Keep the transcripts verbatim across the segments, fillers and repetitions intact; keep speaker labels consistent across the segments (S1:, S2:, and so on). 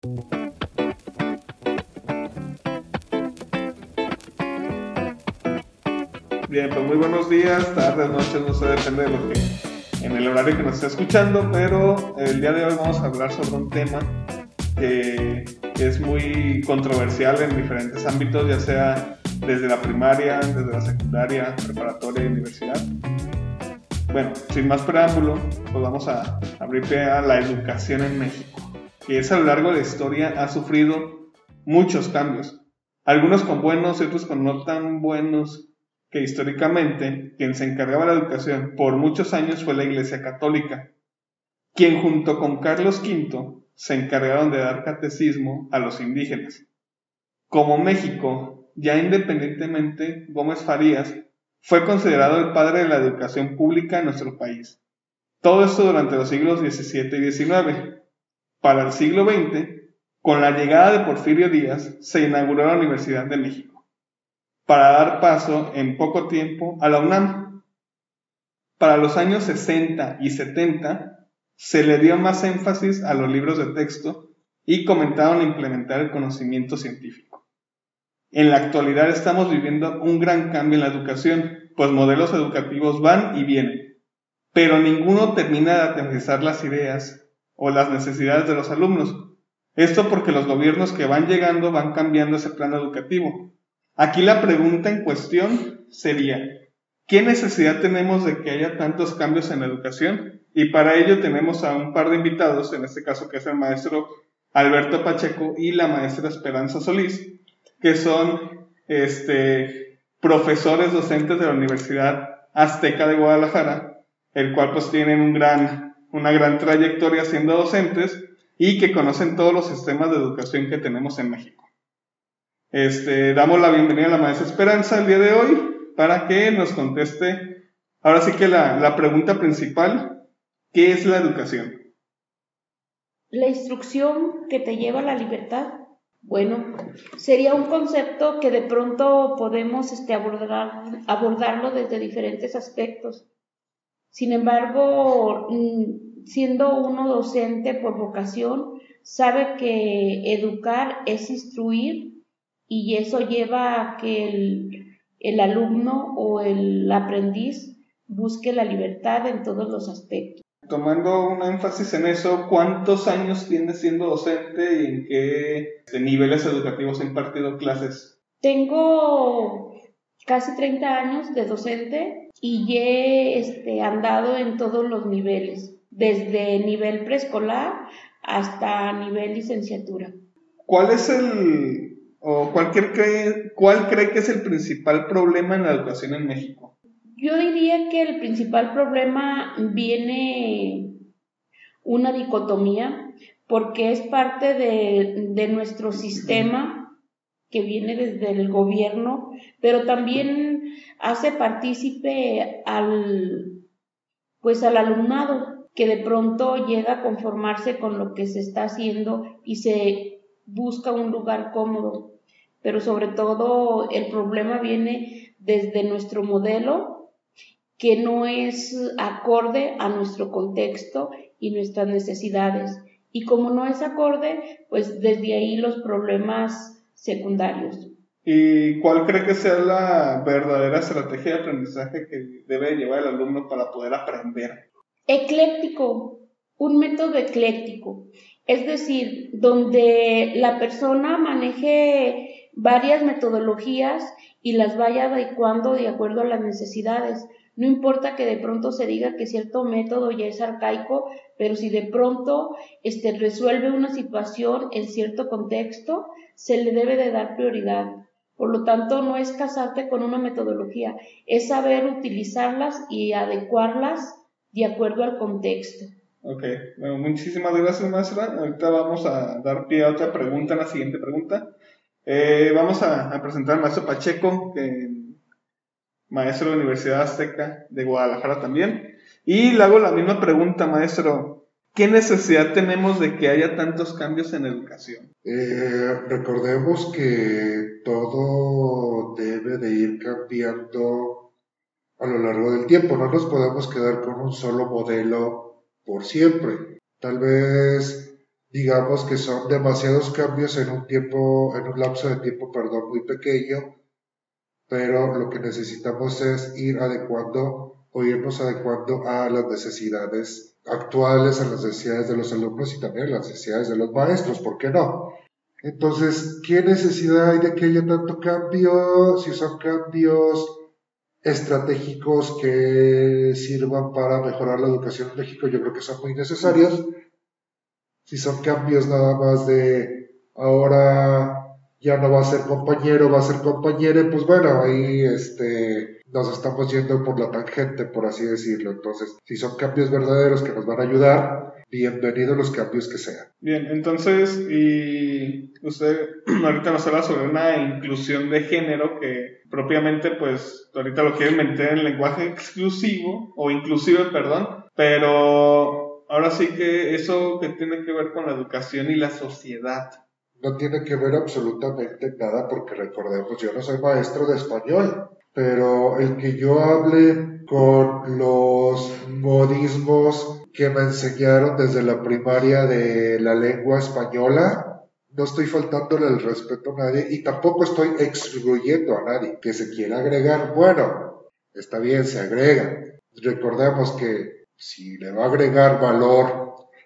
S1: Bien, pues muy buenos días, tardes, noches, no sé, depende de lo que, en el horario que nos esté escuchando, pero el día de hoy vamos a hablar sobre un tema que es muy controversial en diferentes ámbitos, ya sea desde la primaria, desde la secundaria, preparatoria y universidad. Bueno, sin más preámbulo, pues vamos a abrir pie a la educación en México, que es a lo largo de la historia ha sufrido muchos cambios, algunos con buenos y otros con no tan buenos, que históricamente quien se encargaba de la educación por muchos años fue la Iglesia Católica, quien junto con Carlos quinto se encargaron de dar catecismo a los indígenas. Como México, ya independientemente, Gómez Farías fue considerado el padre de la educación pública en nuestro país. Todo esto durante los siglos diecisiete y diecinueve. Para el siglo veinte, con la llegada de Porfirio Díaz, se inauguró la Universidad de México, para dar paso en poco tiempo a la UNAM. Para los años sesenta y setenta se le dio más énfasis a los libros de texto y comenzaron a implementar el conocimiento científico. En la actualidad estamos viviendo un gran cambio en la educación, pues modelos educativos van y vienen, pero ninguno termina de aterrizar las ideas o las necesidades de los alumnos. Esto porque los gobiernos que van llegando van cambiando ese plan educativo. Aquí la pregunta en cuestión sería, ¿qué necesidad tenemos de que haya tantos cambios en la educación? Y para ello tenemos a un par de invitados, en este caso que es el maestro Alberto Pacheco y la maestra Esperanza Solís, que son este, profesores docentes de la Universidad Azteca de Guadalajara, el cual pues tienen un gran, una gran trayectoria siendo docentes y que conocen todos los sistemas de educación que tenemos en México. Este, damos la bienvenida a la maestra Esperanza el día de hoy para que nos conteste, ahora sí que la, la pregunta principal, ¿qué es la educación?
S2: La instrucción que te lleva a la libertad. Bueno, sería un concepto que de pronto podemos este, abordar, abordarlo desde diferentes aspectos. Sin embargo, siendo uno docente por vocación, sabe que educar es instruir, y eso lleva a que el, el alumno o el aprendiz busque la libertad en todos los aspectos.
S1: Tomando un énfasis en eso, ¿cuántos años tienes siendo docente y en qué niveles educativos has impartido clases?
S2: Tengo casi treinta años de docente y he este, andado en todos los niveles, desde nivel preescolar hasta nivel licenciatura.
S1: ¿Cuál es el... o cualquier cree, cuál cree que es el principal problema en la educación en México?
S2: Yo diría que el principal problema viene una dicotomía, porque es parte de, de nuestro sistema que viene desde el gobierno, pero también hace partícipe al, pues al alumnado, que de pronto llega a conformarse con lo que se está haciendo y se busca un lugar cómodo. Pero sobre todo el problema viene desde nuestro modelo, que no es acorde a nuestro contexto y nuestras necesidades. Y como no es acorde, pues desde ahí los problemas secundarios.
S1: ¿Y cuál cree que sea la verdadera estrategia de aprendizaje que debe llevar el alumno para poder aprender?
S2: Ecléctico, un método ecléctico. Es decir, donde la persona maneje varias metodologías y las vaya adecuando de acuerdo a las necesidades. No importa que de pronto se diga que cierto método ya es arcaico, pero si de pronto este, resuelve una situación en cierto contexto, se le debe de dar prioridad. Por lo tanto, no es casarte con una metodología, es saber utilizarlas y adecuarlas de acuerdo al contexto.
S1: Ok, bueno, muchísimas gracias, maestra. Ahorita vamos a dar pie a otra pregunta, la siguiente pregunta. Eh, vamos a, a presentar al maestro Pacheco, que maestro de la Universidad Azteca de Guadalajara también. Y le hago la misma pregunta, maestro. ¿Qué necesidad tenemos de que haya tantos cambios en educación?
S3: Eh, recordemos que todo debe de ir cambiando a lo largo del tiempo. No nos podemos quedar con un solo modelo por siempre. Tal vez digamos que son demasiados cambios en un tiempo, en un lapso de tiempo, perdón, muy pequeño, pero lo que necesitamos es ir adecuando o irnos adecuando a las necesidades actuales, a las necesidades de los alumnos y también a las necesidades de los maestros, ¿por qué no? Entonces, ¿qué necesidad hay de que haya tanto cambio? Si son cambios estratégicos que sirvan para mejorar la educación en México, yo creo que son muy necesarios. Si son cambios nada más de ahora ya no va a ser compañero, va a ser compañera, pues bueno, ahí este, nos estamos yendo por la tangente, por así decirlo. Entonces, si son cambios verdaderos que nos van a ayudar, bienvenidos los cambios que sean.
S1: Bien, entonces, y usted ahorita nos habla sobre una inclusión de género que propiamente, pues, ahorita lo quieren meter en lenguaje exclusivo, o inclusive, perdón, pero ahora sí que eso que tiene que ver con la educación y la sociedad.
S3: No tiene que ver absolutamente nada porque recordemos, yo no soy maestro de español, pero el que yo hable con los modismos que me enseñaron desde la primaria de la lengua española, no estoy faltándole el respeto a nadie y tampoco estoy excluyendo a nadie que se quiera agregar. Bueno, está bien, se agrega. Recordemos que si le va a agregar valor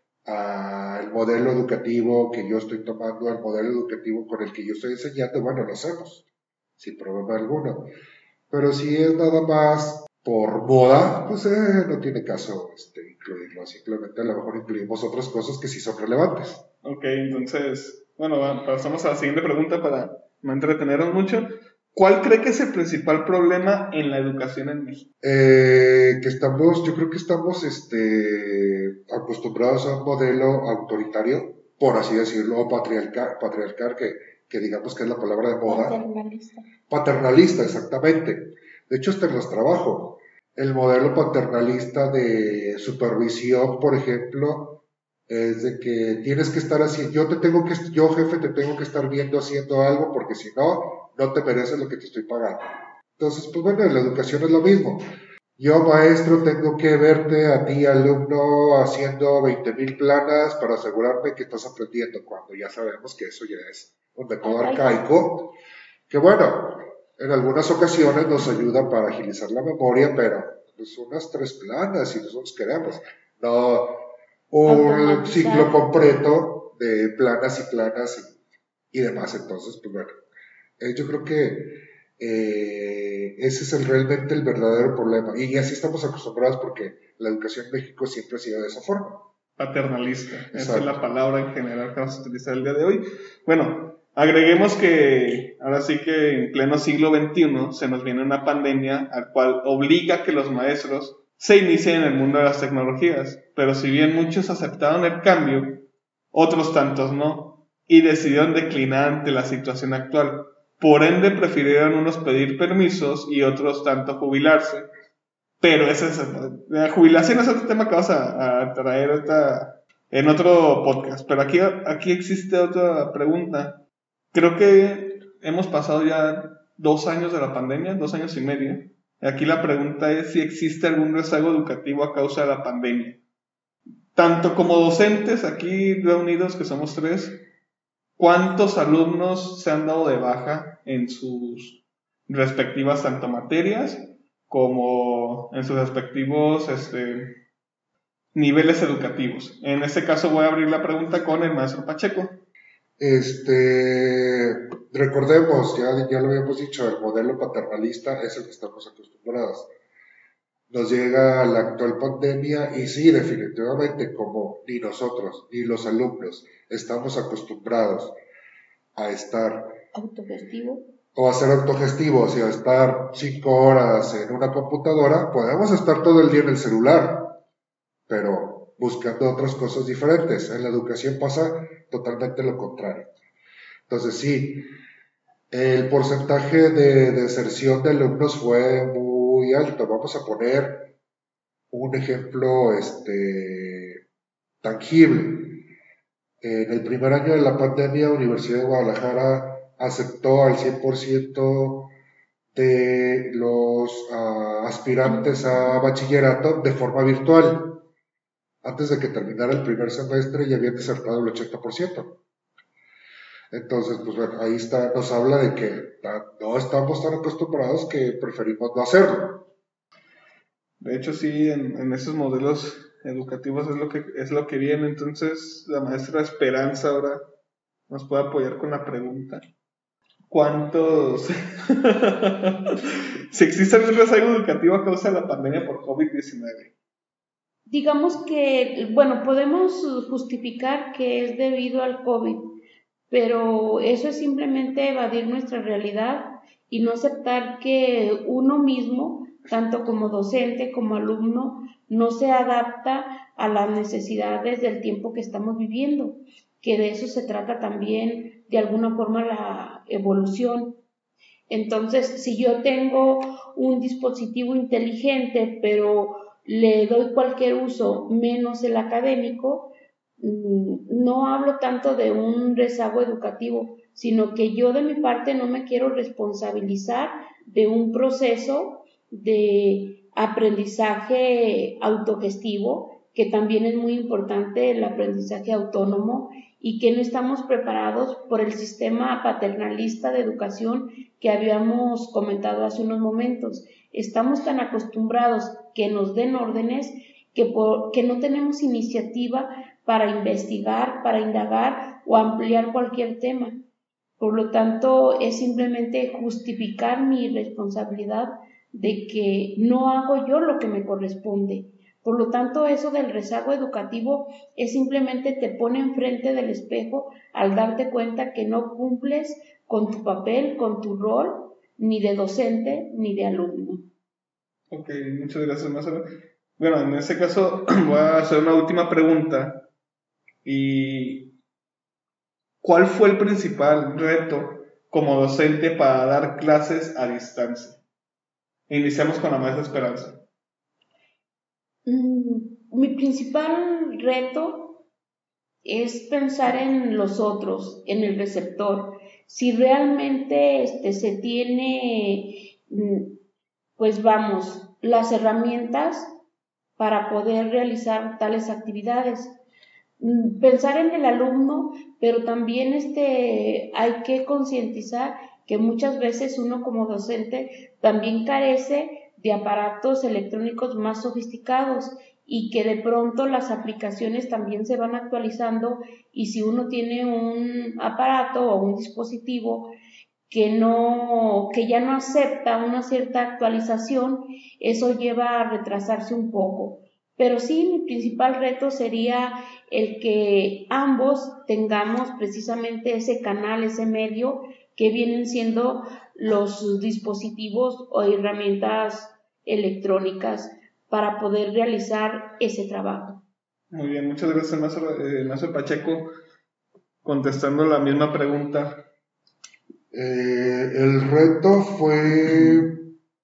S3: al modelo educativo que yo estoy tomando, al modelo educativo con el que yo estoy enseñando, bueno, lo hacemos, sin problema alguno. Pero si es nada más por moda, pues eh, no tiene caso este, incluirlo. Simplemente a lo mejor incluimos otras cosas que sí son relevantes.
S1: Ok, entonces, bueno, pasamos a la siguiente pregunta para no entretenernos mucho. ¿Cuál cree que es el principal problema en la educación en México?
S3: Eh, que estamos, yo creo que estamos este, acostumbrados a un modelo autoritario, por así decirlo, o patriarcal, patriarcal que, que digamos que es la palabra de moda.
S2: Paternalista.
S3: Paternalista, exactamente. De hecho, hasta en los trabajos. El modelo paternalista de supervisión, por ejemplo, es de que tienes que estar haciendo, yo te tengo que, yo jefe te tengo que estar viendo haciendo algo porque si no, no te mereces lo que te estoy pagando. Entonces, pues bueno, en la educación es lo mismo. Yo, maestro, tengo que verte a ti, alumno, haciendo veinte mil planas para asegurarme que estás aprendiendo, cuando ya sabemos que eso ya es un método arcaico, que bueno, en algunas ocasiones nos ayuda para agilizar la memoria, pero pues unas tres planas y nosotros queremos. No un ciclo completo de planas y planas y, y demás. Entonces, pues bueno, eh, yo creo que eh, ese es el, realmente el verdadero problema. Y así estamos acostumbrados porque la educación en México siempre ha sido de esa forma.
S1: Paternalista. Exacto. Esa es la palabra en general que vamos a utilizar el día de hoy. Bueno, agreguemos que ahora sí que en pleno siglo veintiuno se nos viene una pandemia al cual obliga a que los maestros se inicien en el mundo de las tecnologías, pero si bien muchos aceptaron el cambio, otros tantos no, y decidieron declinar ante la situación actual. Por ende, prefirieron unos pedir permisos y otros tanto jubilarse. Pero ese es, la jubilación es otro tema que vamos a, a traer ahorita en otro podcast. Pero aquí, aquí existe otra pregunta. Creo que hemos pasado ya dos años de la pandemia, dos años y medio. Aquí la pregunta es si existe algún rezago educativo a causa de la pandemia. Tanto como docentes aquí reunidos, que somos tres, ¿cuántos alumnos se han dado de baja en sus respectivas tanto materias como en sus respectivos este, niveles educativos? En este caso voy a abrir la pregunta con el maestro Pacheco.
S3: Este, recordemos, ya, ya lo habíamos dicho, el modelo paternalista es el que estamos acostumbrados. Nos llega la actual pandemia y sí, definitivamente, como ni nosotros, ni los alumnos estamos acostumbrados a estar
S2: autogestivo
S3: o a ser autogestivos y a estar cinco horas en una computadora, podemos estar todo el día en el celular, pero buscando otras cosas diferentes. En la educación pasa totalmente lo contrario. Entonces sí, el porcentaje de deserción de alumnos fue muy alto. Vamos a poner un ejemplo este, tangible. En el primer año de la pandemia, Universidad de Guadalajara aceptó al cien por ciento de los uh, aspirantes a bachillerato de forma virtual. antes de que terminara el primer semestre ya habían desertado el ochenta por ciento. Entonces, pues bueno, ahí está, nos habla de que no estamos tan acostumbrados que preferimos no hacerlo.
S1: De hecho, sí, en, en esos modelos educativos es lo que es lo que viene. Entonces, la maestra Esperanza ahora nos puede apoyar con la pregunta. ¿Cuántos? Si existe algún rezago educativo a causa de la pandemia por COVID diecinueve.
S2: Digamos que, bueno, podemos justificar que es debido al COVID, pero eso es simplemente evadir nuestra realidad y no aceptar que uno mismo, tanto como docente como alumno, no se adapta a las necesidades del tiempo que estamos viviendo, que de eso se trata también de alguna forma la evolución. Entonces, si yo tengo un dispositivo inteligente, pero le doy cualquier uso menos el académico, no hablo tanto de un rezago educativo, sino que yo de mi parte no me quiero responsabilizar de un proceso de aprendizaje autogestivo, que también es muy importante el aprendizaje autónomo, y que no estamos preparados por el sistema paternalista de educación que habíamos comentado hace unos momentos. Estamos tan acostumbrados que nos den órdenes que, por, que no tenemos iniciativa para investigar, para indagar o ampliar cualquier tema. Por lo tanto, es simplemente justificar mi responsabilidad de que no hago yo lo que me corresponde. Por lo tanto, eso del rezago educativo es simplemente te pone enfrente del espejo al darte cuenta que no cumples con tu papel, con tu rol, ni de docente ni de alumno.
S1: Ok, muchas gracias, maestra. Bueno, en ese caso voy a hacer una última pregunta. ¿Y cuál fue el principal reto como docente para dar clases a distancia? Iniciamos con la maestra Esperanza.
S2: Mm, mi principal reto es pensar en los otros, en el receptor. Si realmente este, se tiene, pues vamos, las herramientas para poder realizar tales actividades. Pensar en el alumno, pero también este, hay que concientizar que muchas veces uno como docente también carece de aparatos electrónicos más sofisticados y que de pronto las aplicaciones también se van actualizando, y si uno tiene un aparato o un dispositivo que no, que ya no acepta una cierta actualización, eso lleva a retrasarse un poco. Pero sí, mi principal reto sería el que ambos tengamos precisamente ese canal, ese medio que vienen siendo los dispositivos o herramientas electrónicas para poder realizar ese trabajo.
S1: Muy bien, muchas gracias, maestro, eh, maestro Pacheco. Contestando la misma pregunta.
S3: Eh, el reto fue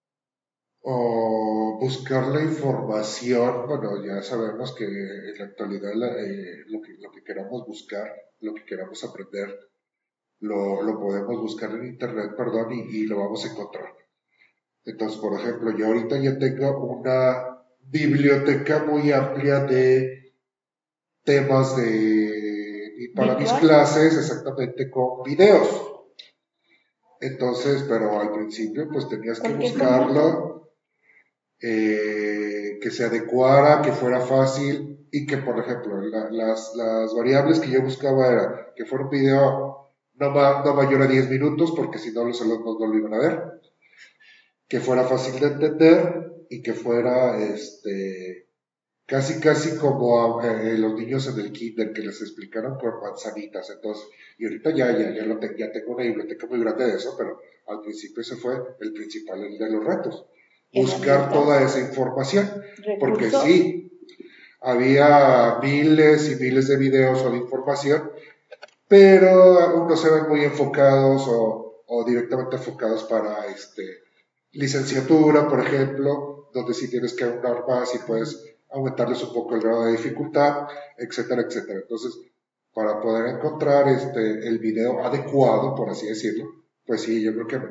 S3: oh, buscar la información. Bueno, ya sabemos que en la actualidad eh, lo, que, lo que queramos buscar, lo que queramos aprender, lo, lo podemos buscar en internet, perdón, y, y lo vamos a encontrar. Entonces, por ejemplo, yo ahorita ya tengo una biblioteca muy amplia de temas de, y para mis clases, exactamente, con videos. Entonces, pero al principio pues tenías que buscarlo, eh, que se adecuara, que fuera fácil y que, por ejemplo, la, las, las variables que yo buscaba era que fuera un video no, ma, no mayor a diez minutos, porque si no los alumnos no lo iban a ver, que fuera fácil de entender y que fuera este casi casi como eh, los niños en el kinder que les explicaron por manzanitas. Entonces, y ahorita ya, ya, ya, lo te, ya tengo una biblioteca muy grande de eso, pero al principio ese fue el principal de los retos, buscar toda esa información, porque sí, había miles y miles de videos o de información, pero unos se ven muy enfocados o, o directamente enfocados para este, licenciatura, por ejemplo, donde sí tienes que ahondar más y puedes aumentarles un poco el grado de dificultad, etcétera, etcétera. Entonces, para poder encontrar este, el video adecuado, por así decirlo, pues sí, yo creo que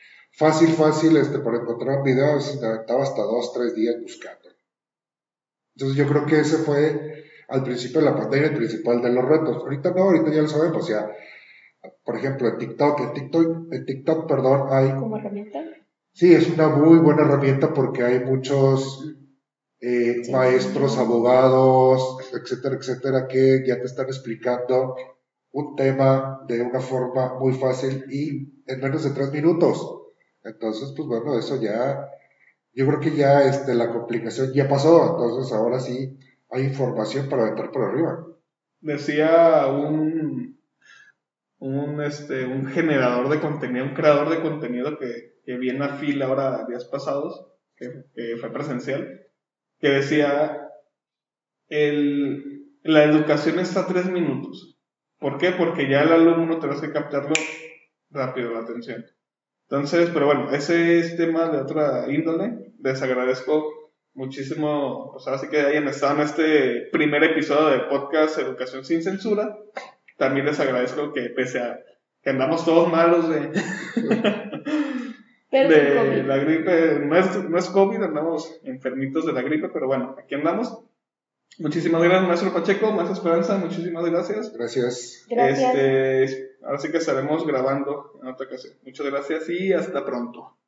S3: fácil, fácil, este, para encontrar un video, estaba hasta dos, tres días buscando. Entonces yo creo que ese fue al principio de la pandemia el principal de los retos. Ahorita no, ahorita ya lo sabemos, ya. Por ejemplo, en TikTok, en TikTok, en TikTok, perdón, hay...
S2: ¿Como herramienta?
S3: Sí, es una muy buena herramienta porque hay muchos eh,
S2: Sí.
S3: maestros, abogados, etcétera, etcétera, que ya te están explicando un tema de una forma muy fácil y en menos de tres minutos. Entonces, pues bueno, eso ya, yo creo que ya este, la complicación ya pasó, entonces ahora sí hay información para aventar por arriba.
S1: Decía un, un, este, un generador de contenido, un creador de contenido que, que vi en la fila ahora días pasados, que, que fue presencial, que decía, el, la educación está a tres minutos. ¿Por qué? Porque ya el alumno tenés que captarlo rápido la atención. Entonces, pero bueno, ese es tema de otra índole. Les agradezco muchísimo, pues ahora sí que hayan estado en este primer episodio de podcast Educación sin Censura. También les agradezco que pese a que andamos todos malos de,
S2: Pero
S1: de
S2: COVID.
S1: la gripe, no es, no es COVID, andamos enfermitos de la gripe, pero bueno, aquí andamos. Muchísimas gracias, maestro Pacheco, maestra Esperanza, muchísimas gracias.
S3: Gracias.
S2: Gracias.
S1: Este, ahora sí que estaremos grabando en otra ocasión. Muchas gracias y hasta pronto.